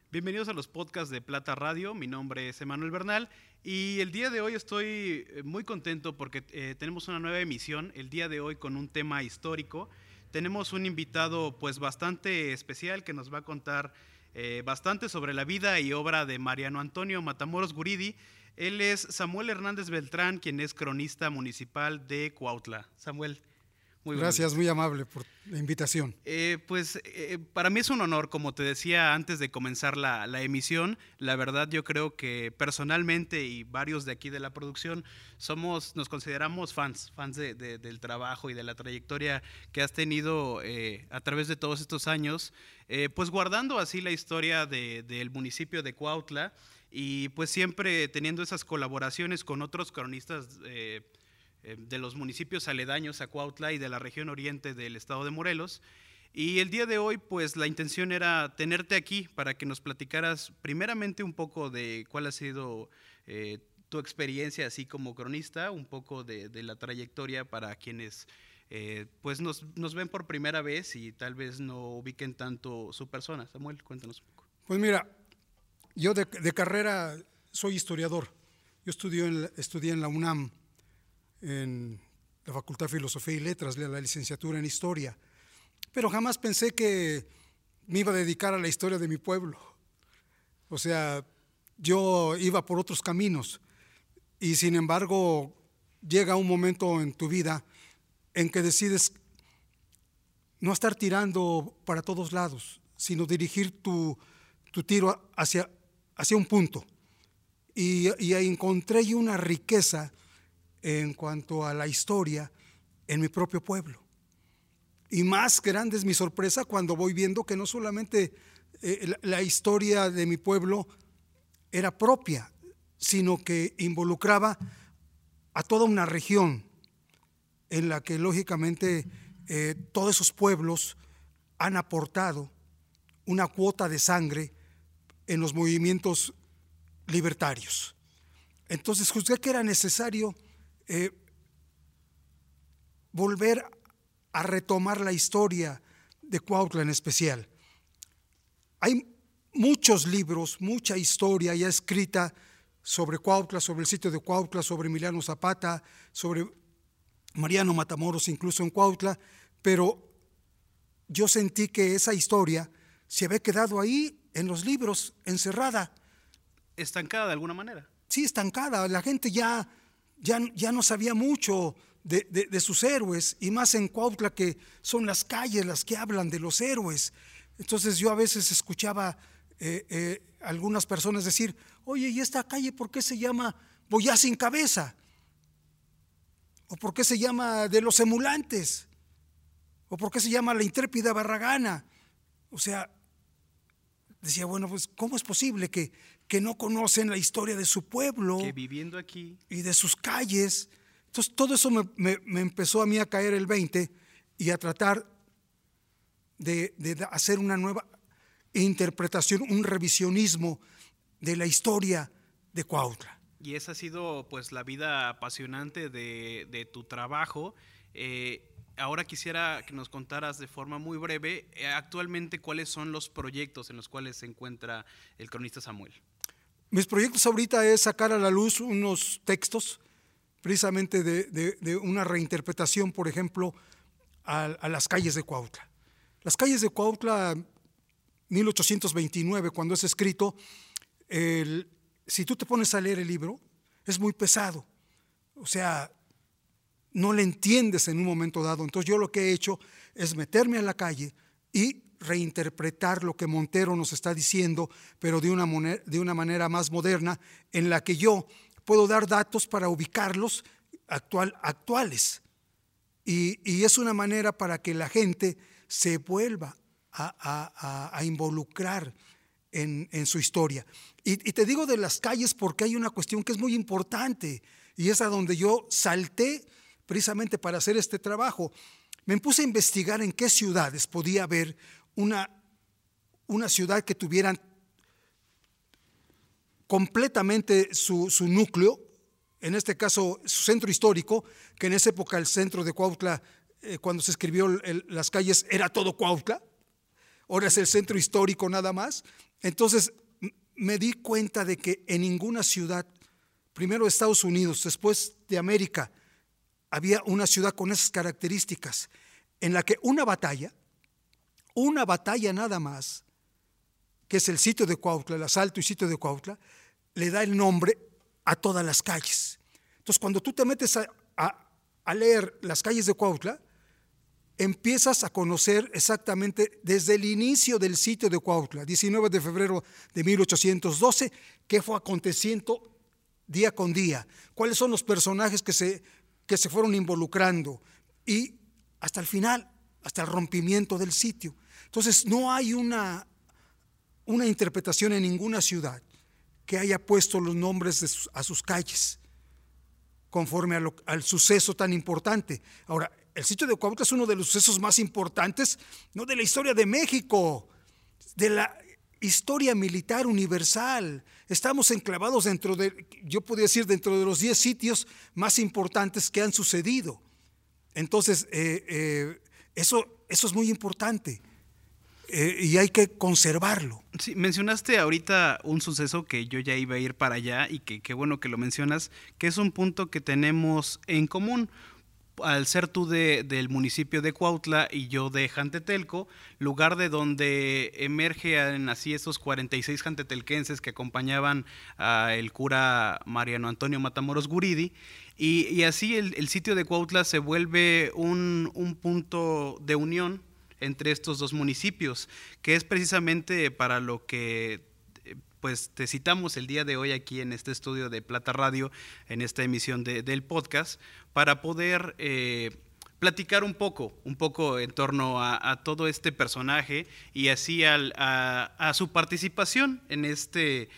Bienvenidos a los podcasts de Plata Radio. Mi nombre es Emanuel Bernal y el día de hoy estoy muy contento porque tenemos una nueva emisión. El día de hoy con un tema histórico. Tenemos un invitado pues bastante especial que nos va a contar bastante sobre la vida y obra de Mariano Antonio Matamoros Guridi. Él es Samuel Hernández Beltrán, quien es cronista municipal de Cuautla. Samuel, muy Gracias, muy amable por la invitación. Para mí es un honor, como te decía antes de comenzar la emisión. La verdad, yo creo que personalmente y varios de aquí de la producción nos consideramos fans del trabajo y de la trayectoria que has tenido a través de todos estos años, pues guardando así la historia del municipio de Cuautla y pues siempre teniendo esas colaboraciones con otros cronistas de los municipios aledaños a Cuautla y de la región oriente del estado de Morelos. Y el día de hoy, pues la intención era tenerte aquí para que nos platicaras primeramente un poco de cuál ha sido tu experiencia así como cronista, un poco de la trayectoria para quienes pues nos ven por primera vez y tal vez no ubiquen tanto su persona. Samuel, cuéntanos un poco. Pues mira, yo de carrera soy historiador. Yo estudié en la UNAM, en la Facultad de Filosofía y Letras, la licenciatura en Historia, pero jamás pensé que me iba a dedicar a la historia de mi pueblo. O sea, yo iba por otros caminos y sin embargo llega un momento en tu vida en que decides no estar tirando para todos lados, sino dirigir tu tiro hacia un punto. Y encontré yo una riqueza en cuanto a la historia en mi propio pueblo. Y más grande es mi sorpresa cuando voy viendo que no solamente la historia de mi pueblo era propia, sino que involucraba a toda una región en la que lógicamente todos esos pueblos han aportado una cuota de sangre en los movimientos libertarios. Entonces juzgué que era necesario volver a retomar la historia de Cuautla en especial. Hay muchos libros, mucha historia ya escrita sobre Cuautla, sobre el sitio de Cuautla, sobre Emiliano Zapata, sobre Mariano Matamoros, incluso en Cuautla, pero yo sentí que esa historia se había quedado ahí en los libros, encerrada. ¿Estancada de alguna manera? Sí, estancada. La gente ya no sabía mucho de sus héroes, y más en Cuautla, que son las calles las que hablan de los héroes. Entonces yo a veces escuchaba algunas personas decir: oye, ¿y esta calle por qué se llama Boyá sin cabeza? ¿O por qué se llama de los emulantes? ¿O por qué se llama la intrépida Barragana? O sea, decía, bueno, pues ¿cómo es posible que no conocen la historia de su pueblo? Que viviendo aquí y de sus calles. Entonces todo eso me empezó a mí a caer el 20 y a tratar de hacer una nueva interpretación, un revisionismo de la historia de Cuautla. Y esa ha sido pues la vida apasionante de tu trabajo. Ahora quisiera que nos contaras de forma muy breve, actualmente, cuáles son los proyectos en los cuales se encuentra el cronista Samuel. Mis proyectos ahorita es sacar a la luz unos textos precisamente de una reinterpretación, por ejemplo, a las calles de Cuautla. Las calles de Cuautla, 1829, cuando es escrito, si tú te pones a leer el libro, es muy pesado. O sea, no le entiendes en un momento dado. Entonces yo lo que he hecho es meterme a la calle y reinterpretar lo que Montero nos está diciendo, pero de una manera más moderna, en la que yo puedo dar datos para ubicarlos actuales. Y es una manera para que la gente se vuelva a involucrar en su historia. Y te digo de las calles porque hay una cuestión que es muy importante, y es a donde yo salté precisamente para hacer este trabajo. Me puse a investigar en qué ciudades podía haber una ciudad que tuviera completamente su núcleo, en este caso su centro histórico, que en esa época el centro de Cuautla, cuando se escribió las calles, era todo Cuautla. Ahora es el centro histórico nada más. Entonces me di cuenta de que en ninguna ciudad, primero de Estados Unidos, después de América, había una ciudad con esas características, en la que una batalla nada más, que es el sitio de Cuautla, el asalto y sitio de Cuautla, le da el nombre a todas las calles. Entonces, cuando tú te metes a leer las calles de Cuautla, empiezas a conocer exactamente desde el inicio del sitio de Cuautla, 19 de febrero de 1812, qué fue aconteciendo día con día, cuáles son los personajes que se fueron involucrando y hasta el final, hasta el rompimiento del sitio. Entonces, no hay una interpretación en ninguna ciudad que haya puesto los nombres a sus calles conforme al suceso tan importante. Ahora, el sitio de Cuautla es uno de los sucesos más importantes, no de la historia de México, de la historia militar universal. Estamos enclavados yo podría decir, dentro de los 10 sitios más importantes que han sucedido. Entonces, eso es muy importante. Y hay que conservarlo. Sí, mencionaste ahorita un suceso que yo ya iba a ir para allá y que qué bueno que lo mencionas, que es un punto que tenemos en común. Al ser tú del municipio de Cuautla y yo de Jantetelco, lugar de donde emergen así esos 46 jantetelquenses que acompañaban al cura Mariano Antonio Matamoros Guridi, y así el sitio de Cuautla se vuelve un punto de unión entre estos dos municipios, que es precisamente para lo que pues te citamos el día de hoy aquí en este estudio de Plata Radio, en esta emisión del podcast, para poder platicar un poco en torno a todo este personaje y así a su participación en este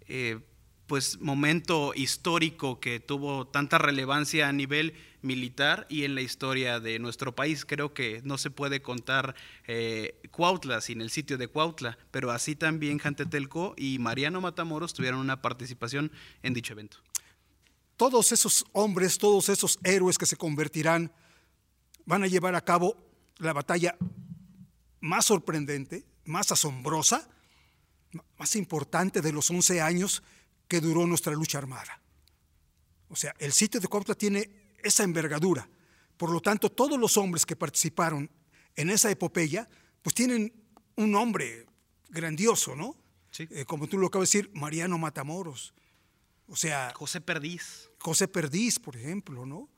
pues momento histórico que tuvo tanta relevancia a nivel militar y en la historia de nuestro país. Creo que no se puede contar Cuautla sin el sitio de Cuautla, pero así también Jantetelco y Mariano Matamoros tuvieron una participación en dicho evento. Todos esos hombres, todos esos héroes que se convertirán, van a llevar a cabo la batalla más sorprendente, más asombrosa, más importante de los 11 años que duró nuestra lucha armada. O sea, el sitio de Cuautla tiene esa envergadura. Por lo tanto, todos los hombres que participaron en esa epopeya, pues tienen un nombre grandioso, ¿no? Sí. Como tú lo acabas de decir, Mariano Matamoros. O sea, José Perdiz, por ejemplo, ¿no?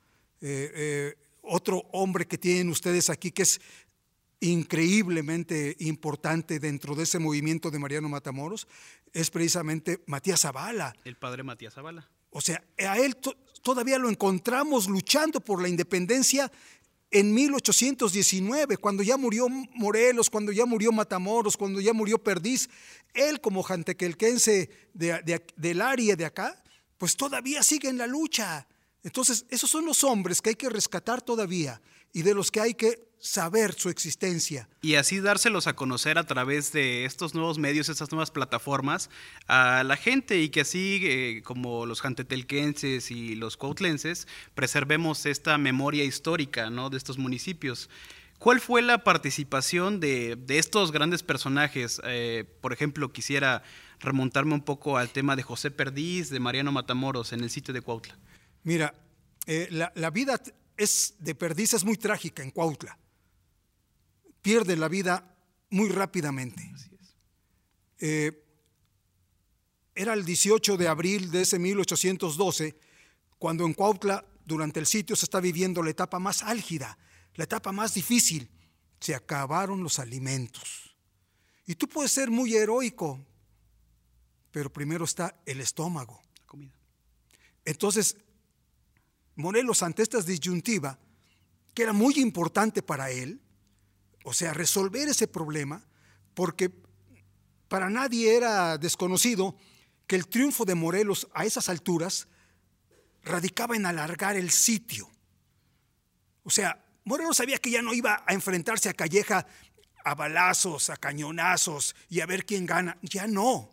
Otro hombre que tienen ustedes aquí que es increíblemente importante dentro de ese movimiento de Mariano Matamoros es precisamente Matías Zavala. el padre Matías Zavala. O sea, a él todavía lo encontramos luchando por la independencia en 1819, cuando ya murió Morelos, cuando ya murió Matamoros, cuando ya murió Perdiz. Él, como jantequelquense del área de acá, pues todavía sigue en la lucha. Entonces, esos son los hombres que hay que rescatar todavía y de los que hay que saber su existencia. Y así dárselos a conocer a través de estos nuevos medios, estas nuevas plataformas a la gente, y que así como los jantetelquenses y los cuautlenses preservemos esta memoria histórica, ¿no?, de estos municipios. ¿Cuál fue la participación de estos grandes personajes? Por ejemplo, quisiera remontarme un poco al tema de José Perdiz, de Mariano Matamoros en el sitio de Cuautla. Mira, la vida de Perdiz es muy trágica en Cuautla. Pierde la vida muy rápidamente. Así es. Era el 18 de abril de ese 1812, cuando en Cuautla, durante el sitio, se está viviendo la etapa más álgida, la etapa más difícil. Se acabaron los alimentos. Y tú puedes ser muy heroico, pero primero está el estómago. La comida. Entonces, Morelos, ante esta disyuntiva, que era muy importante para él, o sea, resolver ese problema, porque para nadie era desconocido que el triunfo de Morelos a esas alturas radicaba en alargar el sitio. O sea, Morelos sabía que ya no iba a enfrentarse a Calleja a balazos, a cañonazos y a ver quién gana. Ya no.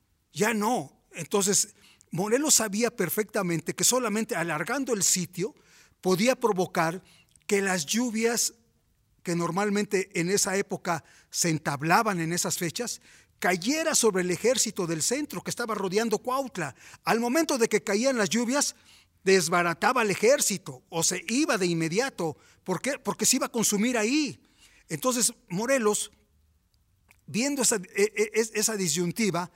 Entonces, Morelos sabía perfectamente que solamente alargando el sitio podía provocar que las lluvias que normalmente en esa época se entablaban en esas fechas cayera sobre el ejército del centro que estaba rodeando Cuautla. Al momento de que caían las lluvias, desbarataba al ejército o se iba de inmediato. ¿Por qué? Porque se iba a consumir ahí. Entonces Morelos, viendo esa disyuntiva,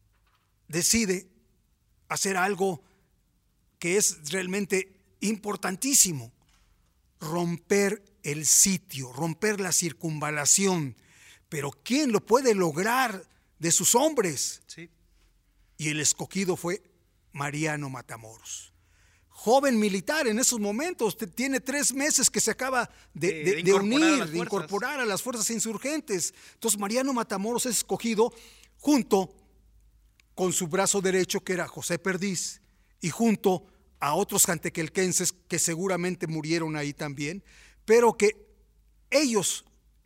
decide hacer algo que es realmente importantísimo: romper el sitio, romper la circunvalación. Pero ¿quién lo puede lograr de sus hombres? Sí. Y el escogido fue Mariano Matamoros. Joven militar en esos momentos, tiene 3 meses que se acaba de unir, de incorporar a las fuerzas insurgentes. Entonces Mariano Matamoros es escogido junto con su brazo derecho, que era José Perdiz, y junto a otros jantequelquenses que seguramente murieron ahí también, pero que ellos,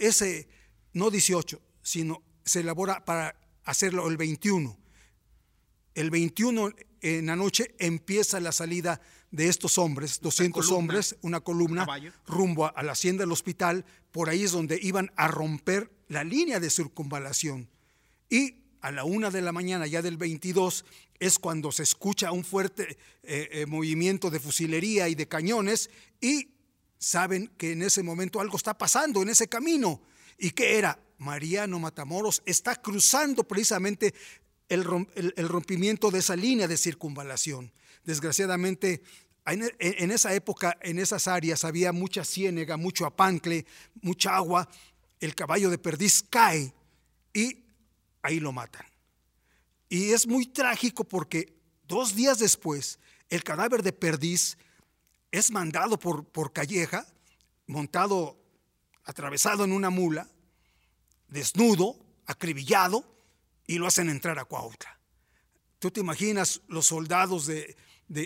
no 18, sino se elabora para hacerlo el 21. El 21 en la noche empieza la salida de estos hombres, 200 hombres, una columna, rumbo a la hacienda del hospital. Por ahí es donde iban a romper la línea de circunvalación. Y a la 1 de la mañana, ya del 22, es cuando se escucha un fuerte movimiento de fusilería y de cañones, y saben que en ese momento algo está pasando en ese camino. ¿Y qué era? Mariano Matamoros está cruzando precisamente el rompimiento de esa línea de circunvalación. Desgraciadamente, en esa época, en esas áreas, había mucha ciénega, mucho apancle, mucha agua. El caballo de Perdiz cae y ahí lo matan. Y es muy trágico porque 2 días después, el cadáver de Perdiz es mandado por Calleja, montado, atravesado en una mula, desnudo, acribillado, y lo hacen entrar a Cuautla. ¿Tú te imaginas los soldados de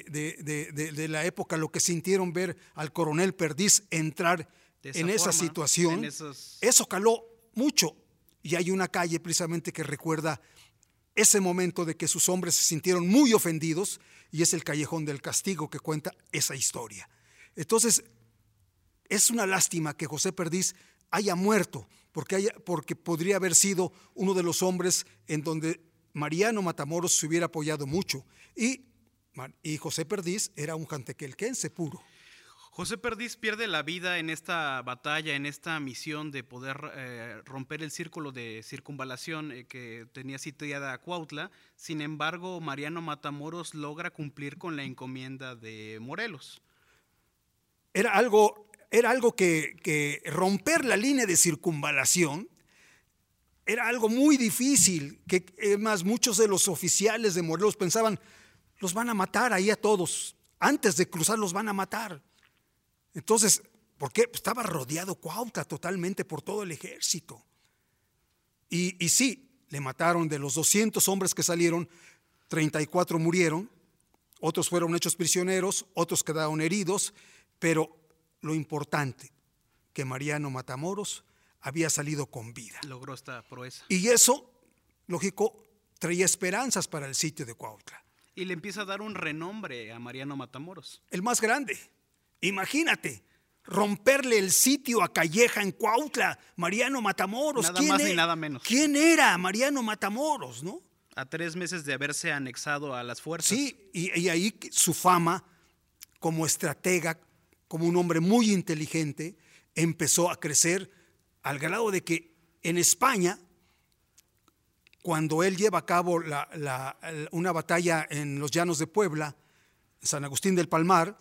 la época lo que sintieron ver al coronel Perdiz entrar en esa situación? Eso caló mucho, y hay una calle precisamente que recuerda ese momento de que sus hombres se sintieron muy ofendidos, y es el Callejón del Castigo que cuenta esa historia. Entonces, es una lástima que José Perdiz haya muerto, porque podría haber sido uno de los hombres en donde Mariano Matamoros se hubiera apoyado mucho, y José Perdiz era un jantequelquense puro. José Perdiz pierde la vida en esta batalla, en esta misión de poder romper el círculo de circunvalación que tenía sitiada a Cuautla. Sin embargo, Mariano Matamoros logra cumplir con la encomienda de Morelos. Era algo que romper la línea de circunvalación era algo muy difícil, que más muchos de los oficiales de Morelos pensaban, los van a matar ahí a todos, antes de cruzar los van a matar. Entonces, ¿por qué? Estaba rodeado Cuautla totalmente por todo el ejército. Y sí, le mataron. De los 200 hombres que salieron, 34 murieron, otros fueron hechos prisioneros, otros quedaron heridos, pero lo importante, que Mariano Matamoros había salido con vida. Logró esta proeza. Y eso, lógico, traía esperanzas para el sitio de Cuautla. Y le empieza a dar un renombre a Mariano Matamoros. El más grande. Imagínate, romperle el sitio a Calleja en Cuautla, Mariano Matamoros. Nada más ni nada menos. ¿Quién era Mariano Matamoros, no? A 3 meses de haberse anexado a las fuerzas. Sí, y ahí su fama como estratega, como un hombre muy inteligente, empezó a crecer al grado de que en España, cuando él lleva a cabo una batalla en los llanos de Puebla, San Agustín del Palmar,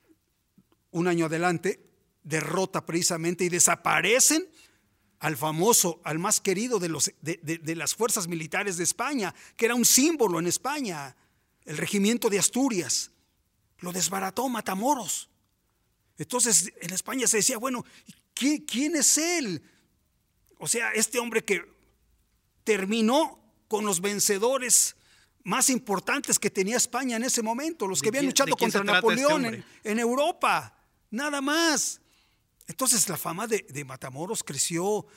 un año adelante, derrota precisamente y desaparecen al famoso, al más querido de las fuerzas militares de España, que era un símbolo en España, el regimiento de Asturias. Lo desbarató Matamoros. Entonces en España se decía, bueno, ¿quién es él? O sea, este hombre que terminó con los vencedores más importantes que tenía España en ese momento, los que habían luchado contra Napoleón en Europa, nada más. Entonces la fama de Matamoros creció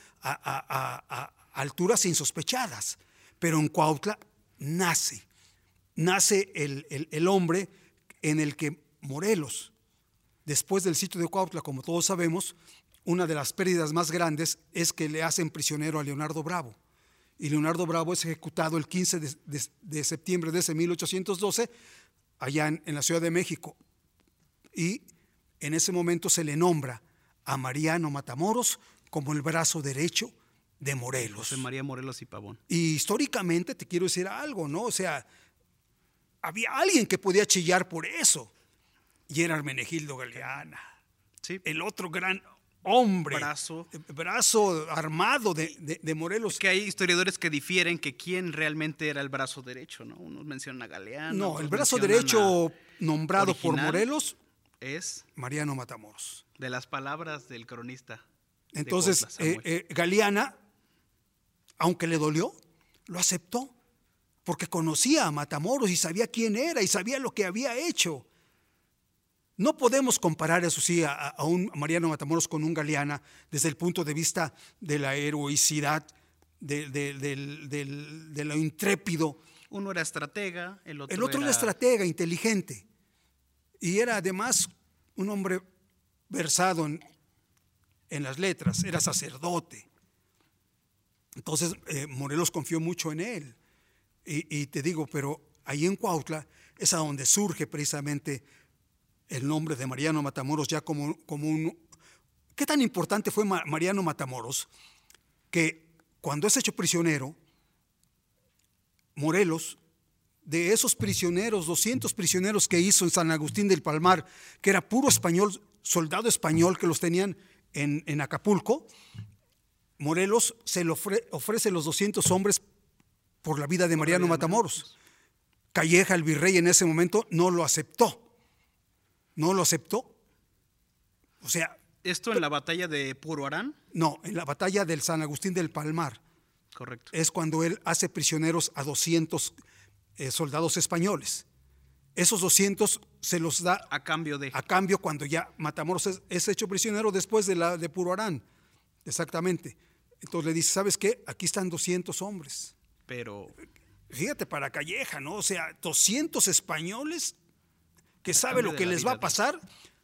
a alturas insospechadas, pero en Cuautla nace el hombre en el que Morelos, después del sitio de Cuautla, como todos sabemos, una de las pérdidas más grandes es que le hacen prisionero a Leonardo Bravo. y Leonardo Bravo es ejecutado el 15 de septiembre de ese 1812 allá en la Ciudad de México. Y en ese momento se le nombra a Mariano Matamoros como el brazo derecho de Morelos. José María Morelos y Pavón. Y históricamente te quiero decir algo, ¿no? O sea, había alguien que podía chillar por eso, y era Hermenegildo Galeana, Sí. el otro gran hombre, brazo armado de Morelos. Es que hay historiadores que difieren que quién realmente era el brazo derecho, ¿no? Unos mencionan a Galeano. No, el brazo derecho nombrado por Morelos es Mariano Matamoros. de las palabras del cronista. Entonces, Galeana, aunque le dolió, lo aceptó, porque conocía a Matamoros y sabía quién era y sabía lo que había hecho. No podemos comparar, eso sí, a un Mariano Matamoros con un Galeana desde el punto de vista de la heroicidad, de lo intrépido. Uno era estratega, el otro era estratega, inteligente, y era además un hombre versado en las letras, era sacerdote. Entonces Morelos confió mucho en él. Y te digo, pero ahí en Cuautla es a donde surge precisamente el nombre de Mariano Matamoros ya como un... ¿Qué tan importante fue Mariano Matamoros? Que cuando es hecho prisionero, Morelos, de esos prisioneros, 200 prisioneros que hizo en San Agustín del Palmar, que era puro español, soldado español que los tenían en Acapulco, Morelos se le ofrece los 200 hombres por la vida de Mariano Matamoros. Calleja, el virrey en ese momento, no lo aceptó. No lo aceptó. O sea... ¿Esto en la batalla de Puruarán? No, en la batalla del San Agustín del Palmar. Correcto. Es cuando él hace prisioneros a 200 soldados españoles. Esos 200 se los da a cambio cuando ya Matamoros es hecho prisionero después de Puruarán. Exactamente. Entonces le dice, ¿sabes qué? Aquí están 200 hombres. Pero... Fíjate para Calleja, ¿no? O sea, 200 españoles que sabe lo que les va a pasar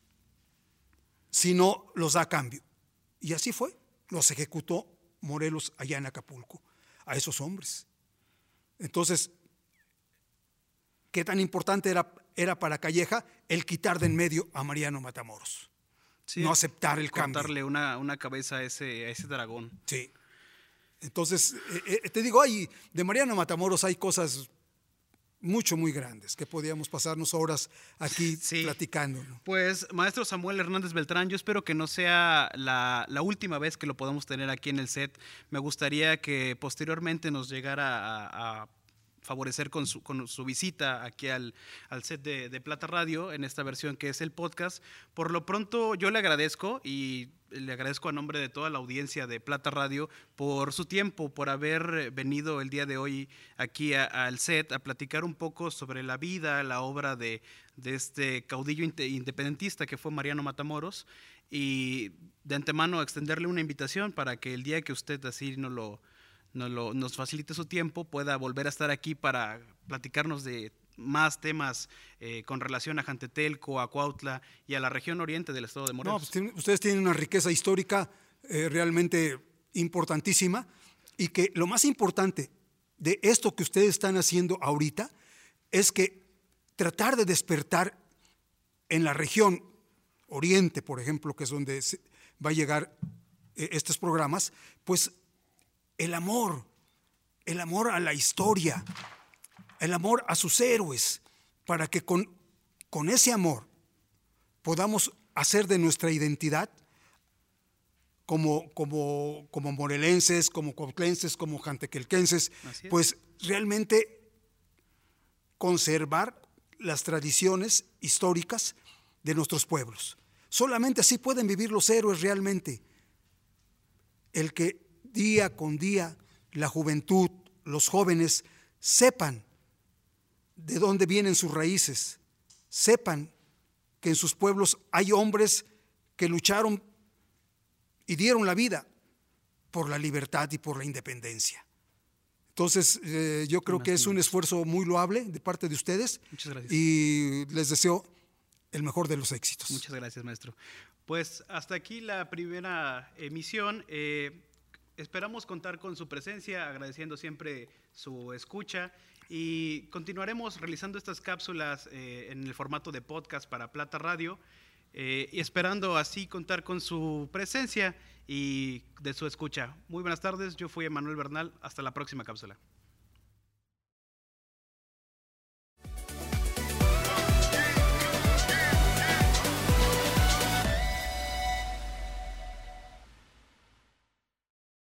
si no los da a cambio. Y así fue. Los ejecutó Morelos allá en Acapulco, a esos hombres. Entonces, ¿qué tan importante era para Calleja el quitar de en medio a Mariano Matamoros? Sí, no aceptar el cambio. Cortarle una cabeza a ese dragón. Sí. Entonces, te digo, de Mariano Matamoros hay cosas muy grandes que podíamos pasarnos horas aquí platicando, ¿no? Pues, maestro Samuel Hernández Beltrán, yo espero que no sea la última vez que lo podamos tener aquí en el set. Me gustaría que posteriormente nos llegara a favorecer con su visita aquí al set de Plata Radio, en esta versión que es el podcast. Por lo pronto, yo le agradezco y le agradezco a nombre de toda la audiencia de Plata Radio por su tiempo, por haber venido el día de hoy aquí al set a platicar un poco sobre la vida, la obra de este caudillo independentista que fue Mariano Matamoros, y de antemano extenderle una invitación para que el día que usted así nos facilite su tiempo, pueda volver a estar aquí para platicarnos de más temas con relación a Jantetelco, a Cuautla y a la región oriente del estado de Morelos. No, pues ustedes tienen una riqueza histórica realmente importantísima, y que lo más importante de esto que ustedes están haciendo ahorita es que tratar de despertar en la región oriente, por ejemplo, que es donde va a llegar estos programas, pues el amor a la historia, el amor a sus héroes, para que con ese amor podamos hacer de nuestra identidad como morelenses, como cuautlenses, como jantequelquenses, pues realmente conservar las tradiciones históricas de nuestros pueblos. Solamente así pueden vivir los héroes realmente. El que día con día la juventud, los jóvenes, sepan de dónde vienen sus raíces, sepan que en sus pueblos hay hombres que lucharon y dieron la vida por la libertad y por la independencia. Entonces, yo creo que es un esfuerzo muy loable de parte de ustedes. Muchas gracias. Y les deseo el mejor de los éxitos. Muchas gracias, maestro. Pues hasta aquí la primera emisión. Esperamos contar con su presencia, agradeciendo siempre su escucha, y continuaremos realizando estas cápsulas en el formato de podcast para Plata Radio, y esperando así contar con su presencia y de su escucha. Muy buenas tardes, yo fui Emanuel Bernal, hasta la próxima cápsula.